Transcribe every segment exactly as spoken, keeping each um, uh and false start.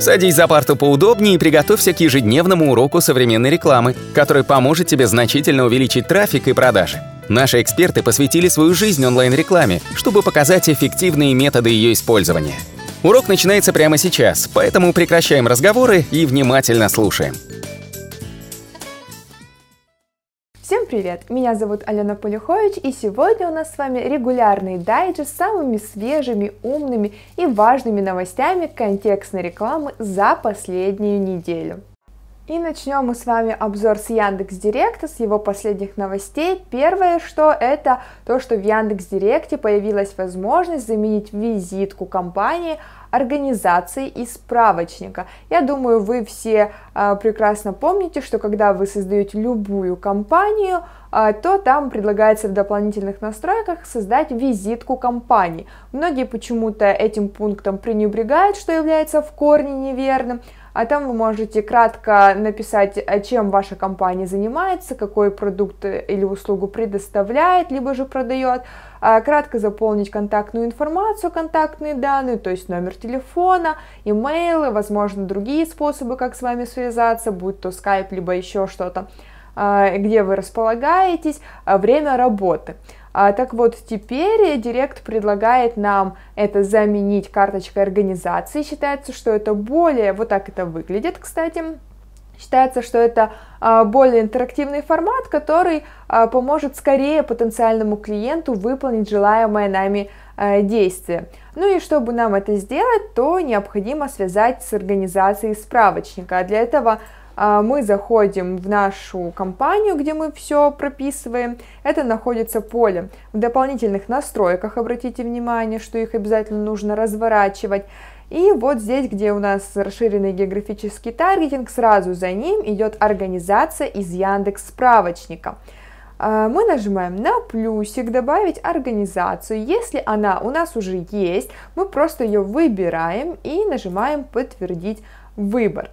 Садись за парту поудобнее и приготовься к ежедневному уроку современной рекламы, который поможет тебе значительно увеличить трафик и продажи. Наши эксперты посвятили свою жизнь онлайн-рекламе, чтобы показать эффективные методы ее использования. Урок начинается прямо сейчас, поэтому прекращаем разговоры и внимательно слушаем. Всем привет! Меня зовут Алена Полюхович, и сегодня у нас с вами регулярный дайджест с самыми свежими, умными и важными новостями контекстной рекламы за последнюю неделю. И начнем мы с вами обзор с Яндекс.Директа, с его последних новостей. Первое, что это то, что в Яндекс.Директе появилась возможность заменить визитку компании организации и справочника. Я думаю, вы все э, прекрасно помните, что когда вы создаете любую компанию, э, то там предлагается в дополнительных настройках создать визитку компании. Многие почему-то этим пунктом пренебрегают, что является в корне неверным. А там вы можете кратко написать, чем ваша компания занимается, какой продукт или услугу предоставляет, либо же продает, кратко заполнить контактную информацию, контактные данные, то есть номер телефона, имейлы, возможно, другие способы, как с вами связаться, будь то скайп, либо еще что-то, где вы располагаетесь, время работы. А, так вот, теперь Директ предлагает нам это заменить карточкой организации. Считается, что это более, вот так это выглядит, кстати. Считается, что это а, более интерактивный формат, который а, поможет скорее потенциальному клиенту выполнить желаемое нами а, действие. Ну и чтобы нам это сделать, то необходимо связать с организацией справочника. А для этого мы заходим в нашу компанию, где мы все прописываем. Это находится поле в дополнительных настройках. Обратите внимание, что их обязательно нужно разворачивать. И вот здесь, где у нас расширенный географический таргетинг, сразу за ним идет организация из Яндекс справочника. Мы нажимаем на плюсик «Добавить организацию». Если она у нас уже есть, мы просто ее выбираем и нажимаем «Подтвердить выбор».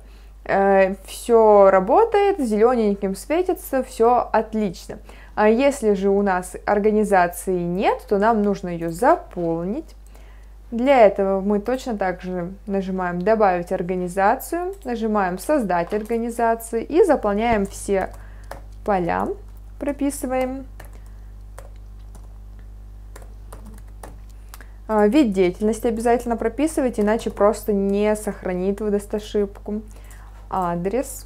Все работает, зелененьким светится, все отлично. А если же у нас организации нет, то нам нужно ее заполнить. Для этого мы точно так же нажимаем «Добавить организацию», нажимаем «Создать организацию» и заполняем все поля, прописываем. Вид деятельности обязательно прописывайте, иначе просто не сохранит выдаст ошибку. Адрес.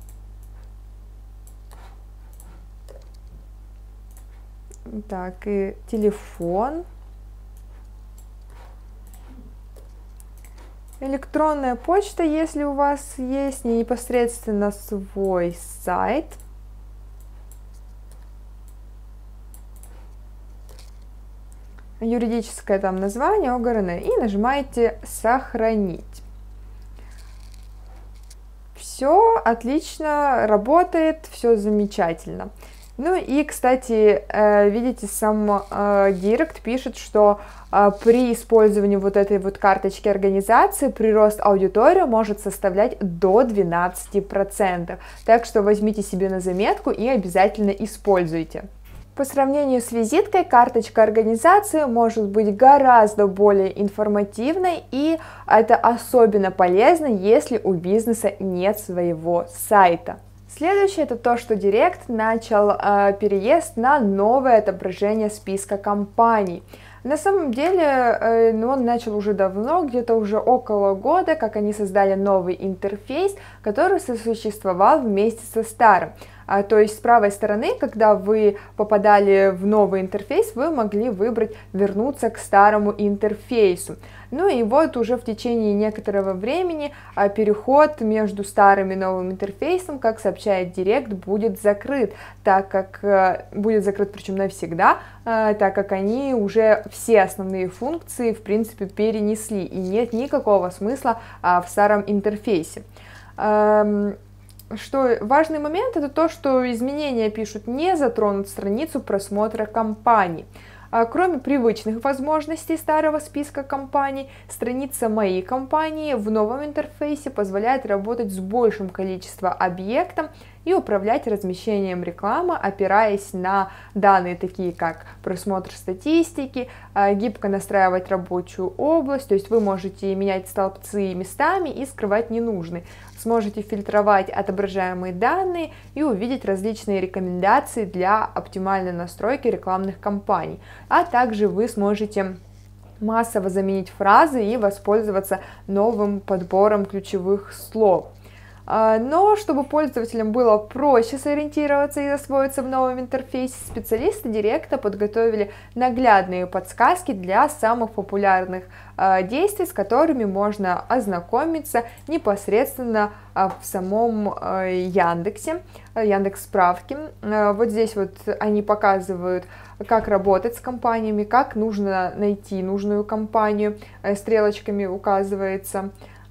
Так, и телефон. Электронная почта, если у вас есть, непосредственно свой сайт. Юридическое там название, ОГРН. И нажимаете «Сохранить». Все отлично работает, все замечательно. Ну и, кстати, видите, сам Директ пишет, что при использовании вот этой вот карточки организации прирост аудитории может составлять до двенадцати процентов. Так что возьмите себе на заметку и обязательно используйте. По сравнению с визиткой, карточка организации может быть гораздо более информативной, и это особенно полезно, если у бизнеса нет своего сайта. Следующее это то, что Директ начал э, переезд на новое отображение списка компаний. На самом деле, э, ну, он начал уже давно, где-то уже около года, как они создали новый интерфейс, который сосуществовал вместе со старым. А, то есть с правой стороны, когда вы попадали в новый интерфейс, вы могли выбрать вернуться к старому интерфейсу. Ну и вот уже в течение некоторого времени а, переход между старым и новым интерфейсом, как сообщает Директ, будет закрыт, так как а, будет закрыт причем навсегда, а, так как они уже все основные функции в принципе перенесли и нет никакого смысла а, в старом интерфейсе. Что важный момент это то, что изменения пишут не затронут страницу просмотра компаний. Кроме привычных возможностей старого списка компаний, страница «Мои компании» в новом интерфейсе позволяет работать с большим количеством объектов и управлять размещением рекламы, опираясь на данные такие как просмотр статистики, гибко настраивать рабочую область, то есть вы можете менять столбцы местами и скрывать ненужные. Сможете фильтровать отображаемые данные и увидеть различные рекомендации для оптимальной настройки рекламных кампаний. А также вы сможете массово заменить фразы и воспользоваться новым подбором ключевых слов. Но чтобы пользователям было проще сориентироваться и освоиться в новом интерфейсе, специалисты Директа подготовили наглядные подсказки для самых популярных действий, с которыми можно ознакомиться непосредственно в самом Яндексе, Яндекс.Справки. Вот здесь вот они показывают, как работать с компаниями, как нужно найти нужную компанию, стрелочками указывается.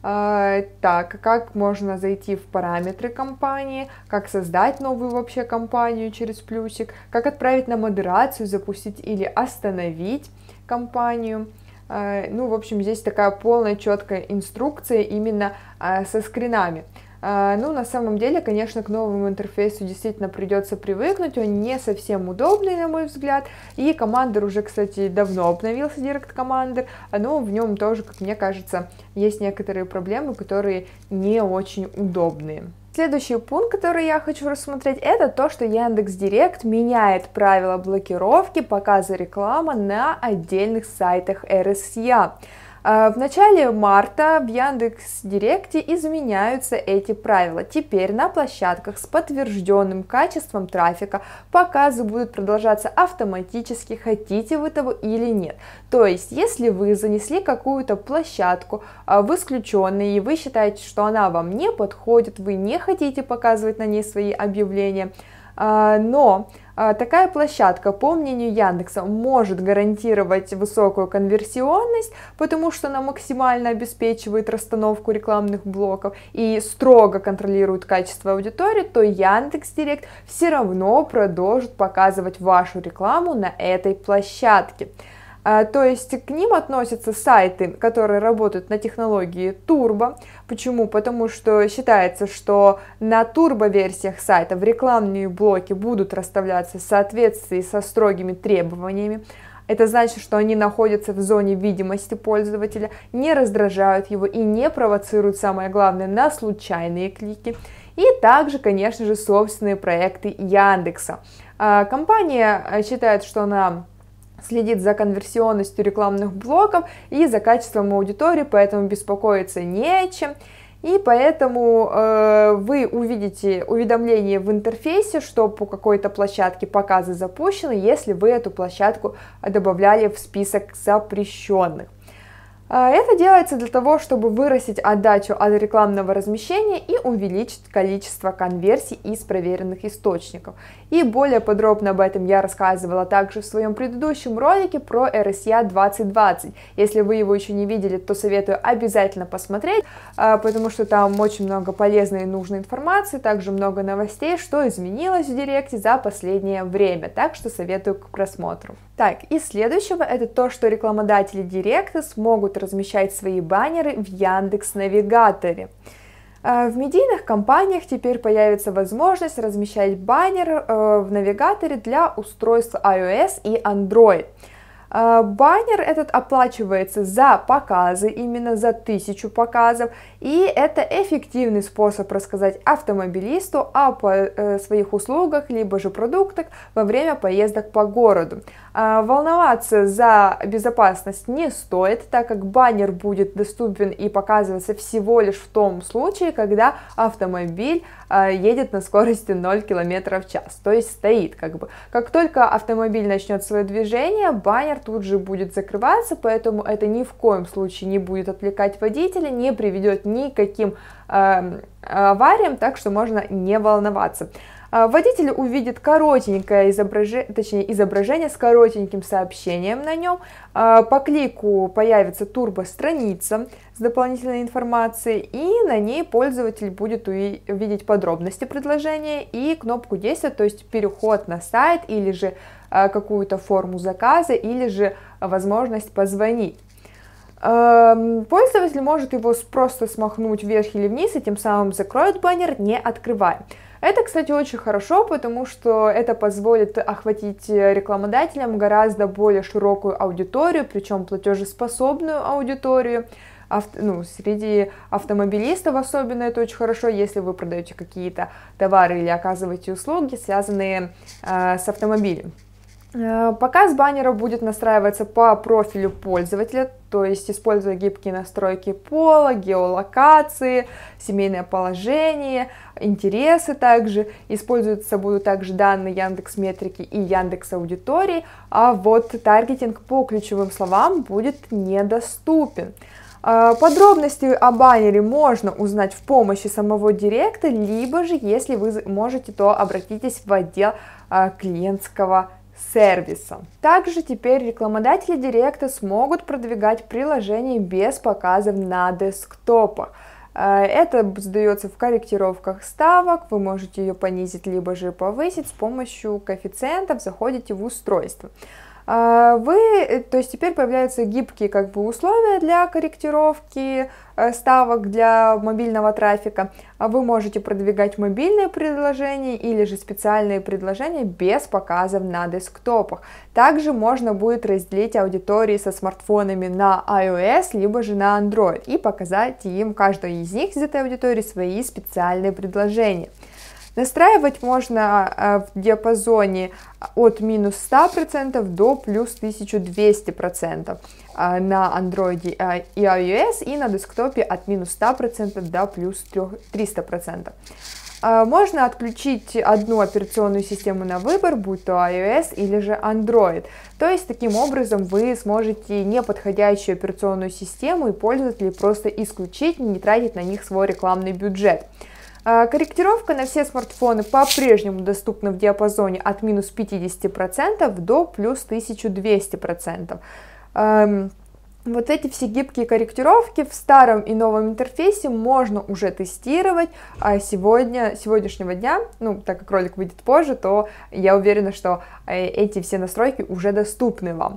Так, как можно зайти в параметры компании, как создать новую вообще компанию через плюсик, как отправить на модерацию, запустить или остановить компанию. Ну, в общем, здесь такая полная четкая инструкция именно со скринами. Ну, на самом деле, конечно, к новому интерфейсу действительно придется привыкнуть, он не совсем удобный, на мой взгляд, и Commander уже, кстати, давно обновился, Direct Commander, но в нем тоже, как мне кажется, есть некоторые проблемы, которые не очень удобные. Следующий пункт, который я хочу рассмотреть, это то, что Яндекс.Директ меняет правила блокировки показа рекламы на отдельных сайтах эр эс я. В начале марта в Яндекс.Директе изменяются эти правила. Теперь на площадках с подтвержденным качеством трафика показы будут продолжаться автоматически, хотите вы того или нет. То есть, если вы занесли какую-то площадку в исключенные, и вы считаете, что она вам не подходит, вы не хотите показывать на ней свои объявления, но такая площадка, по мнению Яндекса, может гарантировать высокую конверсионность, потому что она максимально обеспечивает расстановку рекламных блоков и строго контролирует качество аудитории, то Яндекс.Директ все равно продолжит показывать вашу рекламу на этой площадке. То есть к ним относятся сайты, которые работают на технологии турбо. Почему? Потому что считается, что на турбо-версиях сайтов рекламные блоки будут расставляться в соответствии со строгими требованиями. Это значит, что они находятся в зоне видимости пользователя, не раздражают его и не провоцируют, самое главное, на случайные клики. И также, конечно же, собственные проекты Яндекса. Компания считает, что она следит за конверсионностью рекламных блоков и за качеством аудитории, поэтому беспокоиться не о чем. И поэтому э, вы увидите уведомление в интерфейсе, что по какой-то площадке показы запущены, если вы эту площадку добавляли в список запрещенных. Это делается для того, чтобы вырастить отдачу от рекламного размещения и увеличить количество конверсий из проверенных источников. И более подробно об этом я рассказывала также в своем предыдущем ролике про эр эс я двадцать двадцать. Если вы его еще не видели, то советую обязательно посмотреть, потому что там очень много полезной и нужной информации, также много новостей, что изменилось в Директе за последнее время, так что советую к просмотру. Так, и следующего это то, что рекламодатели Директа смогут размещать свои баннеры в Яндекс.Навигаторе. В медийных компаниях теперь появится возможность размещать баннер в навигаторе для устройств iOS и Android. Баннер этот оплачивается за показы, именно за тысячу показов, и это эффективный способ рассказать автомобилисту о своих услугах, либо же продуктах во время поездок по городу. Волноваться за безопасность не стоит, так как баннер будет доступен и показываться всего лишь в том случае, когда автомобиль едет на скорости ноль километров в час, то есть стоит как бы. Как только автомобиль начнет свое движение, баннер тут же будет закрываться, поэтому это ни в коем случае не будет отвлекать водителя, не приведет ни к каким э, авариям, так что можно не волноваться. Водитель увидит коротенькое изображение, точнее изображение с коротеньким сообщением на нем. По клику появится турбо-страница с дополнительной информацией, и на ней пользователь будет увидеть подробности предложения и кнопку действия, то есть переход на сайт или же какую-то форму заказа, или же возможность позвонить. Пользователь может его просто смахнуть вверх или вниз и тем самым закроет баннер, не открывая. Это, кстати, очень хорошо, потому что это позволит охватить рекламодателям гораздо более широкую аудиторию, причем платежеспособную аудиторию. Авто, ну, среди автомобилистов особенно это очень хорошо, если вы продаете какие-то товары или оказываете услуги, связанные э, с автомобилем. Показ баннера будет настраиваться по профилю пользователя, то есть используя гибкие настройки пола, геолокации, семейное положение, интересы также. Используются будут также данные Яндекс.Метрики и Яндекс.Аудитории, а вот таргетинг по ключевым словам будет недоступен. Подробности о баннере можно узнать в помощи самого директа, либо же, если вы можете, то обратитесь в отдел клиентского сервиса. Также теперь рекламодатели директа смогут продвигать приложение без показов на десктопах. Это сдается в корректировках ставок, вы можете ее понизить, либо же повысить с помощью коэффициентов, заходите в устройство. Вы, то есть теперь появляются гибкие как бы условия для корректировки ставок для мобильного трафика. Вы можете продвигать мобильные предложения или же специальные предложения без показов на десктопах. Также можно будет разделить аудитории со смартфонами на iOS либо же на Android и показать им, каждой из них, из этой аудитории, свои специальные предложения. Настраивать можно в диапазоне от минус ста процентов до плюс тысяча двести процентов на Android и iOS, и на десктопе от минус ста процентов до плюс триста процентов. Можно отключить одну операционную систему на выбор, будь то iOS или же Android. То есть таким образом вы сможете неподходящую операционную систему и пользователей просто исключить, не тратить на них свой рекламный бюджет. Корректировка на все смартфоны по-прежнему доступна в диапазоне от минус пятидесяти процентов до плюс тысячи двухсот процентов. Вот эти все гибкие корректировки в старом и новом интерфейсе можно уже тестировать. А сегодня, сегодняшнего дня, ну, так как ролик выйдет позже, то я уверена, что эти все настройки уже доступны вам.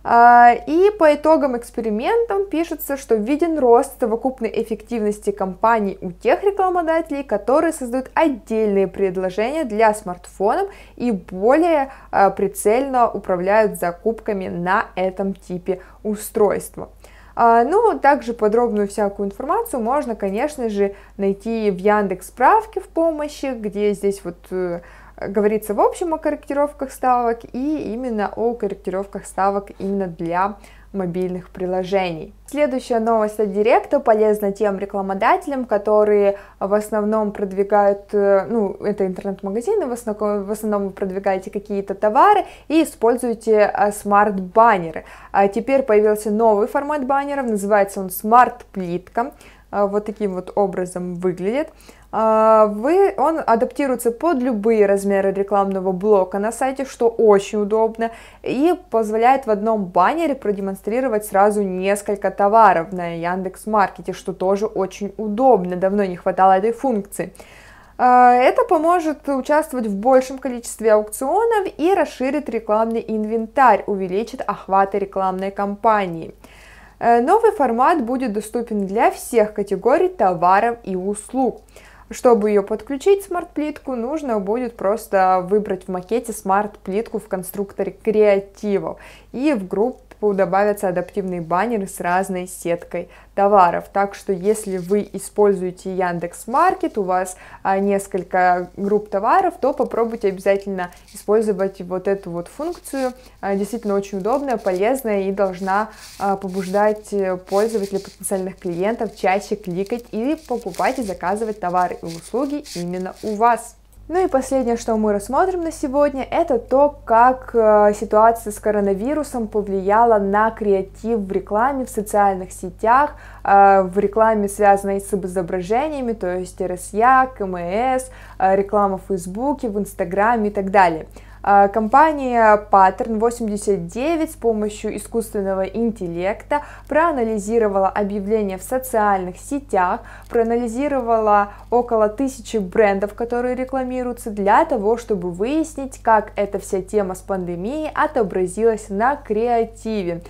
И по итогам экспериментов пишется, что виден рост совокупной эффективности компаний у тех рекламодателей, которые создают отдельные предложения для смартфонов и более прицельно управляют закупками на этом типе устройства. Ну, также подробную всякую информацию можно, конечно же, найти в Яндекс.Справке в помощи, где здесь вот говорится в общем о корректировках ставок и именно о корректировках ставок именно для мобильных приложений. Следующая новость от директа полезна тем рекламодателям, которые в основном продвигают, ну, это интернет-магазины, в основном, в основном вы продвигаете какие-то товары и используете смарт-баннеры. А теперь появился новый формат баннеров, называется он смарт-плитка. Вот таким вот образом выглядит. Вы, он адаптируется под любые размеры рекламного блока на сайте, что очень удобно, и позволяет в одном баннере продемонстрировать сразу несколько товаров на Яндекс.Маркете, что тоже очень удобно, давно не хватало этой функции. Это поможет участвовать в большем количестве аукционов и расширит рекламный инвентарь, увеличит охваты рекламной кампании. Новый формат будет доступен для всех категорий товаров и услуг. Чтобы ее подключить, смарт-плитку, нужно будет просто выбрать в макете смарт-плитку в конструкторе креативов, и в группу добавятся адаптивные баннеры с разной сеткой товаров. Так что если вы используете Яндекс.Маркет, у вас а, несколько групп товаров, то попробуйте обязательно использовать вот эту вот функцию. А, действительно очень удобная, полезная и должна а, побуждать пользователей, потенциальных клиентов чаще кликать и покупать и заказывать товары и услуги именно у вас. Ну и последнее, что мы рассмотрим на сегодня, это то, как э, ситуация с коронавирусом повлияла на креатив в рекламе, в социальных сетях, э, в рекламе, связанной с изображениями, то есть эр эс я, ка эм эс, э, реклама в Фейсбуке, в Инстаграме и так далее. Компания Pattern восемьдесят девять с помощью искусственного интеллекта проанализировала объявления в социальных сетях, проанализировала около тысячи брендов, которые рекламируются, для того, чтобы выяснить, как эта вся тема с пандемией отобразилась на креативе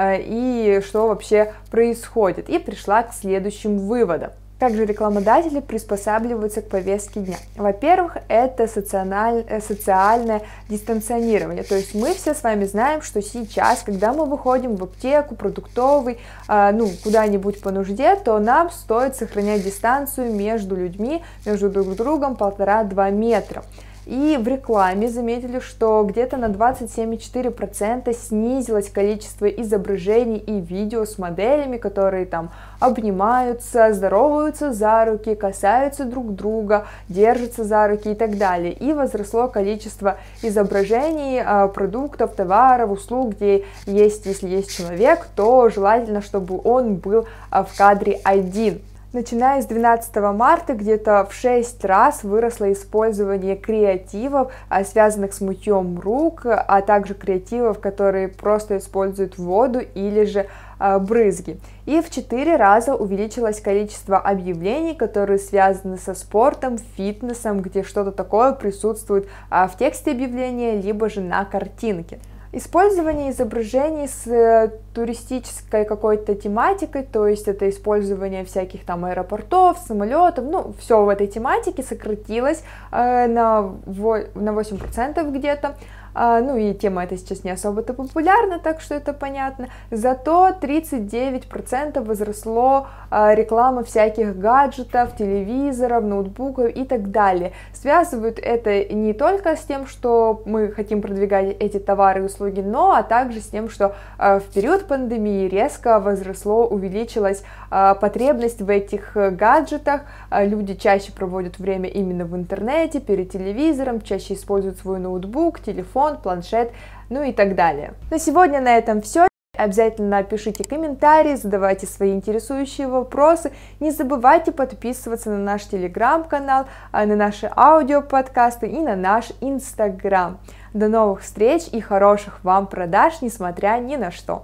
и что вообще происходит, и пришла к следующим выводам. Как же рекламодатели приспосабливаются к повестке дня? Во-первых, это социальное, социальное дистанционирование. То есть мы все с вами знаем, что сейчас, когда мы выходим в аптеку, продуктовый, э, ну, куда-нибудь по нужде, то нам стоит сохранять дистанцию между людьми, между друг другом полтора-два метра. И в рекламе заметили, что где-то на двадцать семь целых четыре десятых процента снизилось количество изображений и видео с моделями, которые там обнимаются, здороваются за руки, касаются друг друга, держатся за руки и так далее. И возросло количество изображений продуктов, товаров, услуг, где есть, если есть человек, то желательно, чтобы он был в кадре один. Начиная с двенадцатого марта где-то в шесть раз выросло использование креативов, связанных с мытьем рук, а также креативов, которые просто используют воду или же брызги. И в четыре раза увеличилось количество объявлений, которые связаны со спортом, фитнесом, где что-то такое присутствует в тексте объявления, либо же на картинке. Использование изображений с туристической какой-то тематикой, то есть это использование всяких там аэропортов, самолетов, ну, все в этой тематике сократилось э, на, на восемь процентов где-то. Uh, ну и тема эта сейчас не особо-то популярна, так что это понятно. Зато тридцать девять процентов возросло uh, реклама всяких гаджетов, телевизоров, ноутбуков и так далее. Связывают это не только с тем, что мы хотим продвигать эти товары и услуги, но а также с тем, что uh, в период пандемии резко возросло, увеличилась uh, потребность в этих гаджетах. Uh, люди чаще проводят время именно в интернете, перед телевизором, чаще используют свой ноутбук, телефон, планшет, ну и так далее. На сегодня на этом все. Обязательно пишите комментарии, задавайте свои интересующие вопросы. Не забывайте подписываться на наш телеграм-канал, на наши аудиоподкасты и на наш инстаграм. До новых встреч и хороших вам продаж, несмотря ни на что.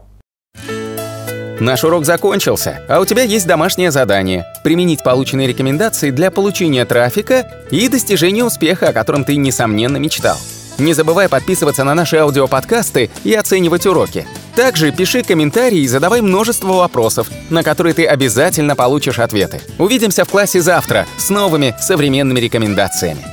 Наш урок закончился, а у тебя есть домашнее задание – применить полученные рекомендации для получения трафика и достижения успеха, о котором ты, несомненно, мечтал. Не забывай подписываться на наши аудиоподкасты и оценивать уроки. Также пиши комментарии и задавай множество вопросов, на которые ты обязательно получишь ответы. Увидимся в классе завтра с новыми современными рекомендациями.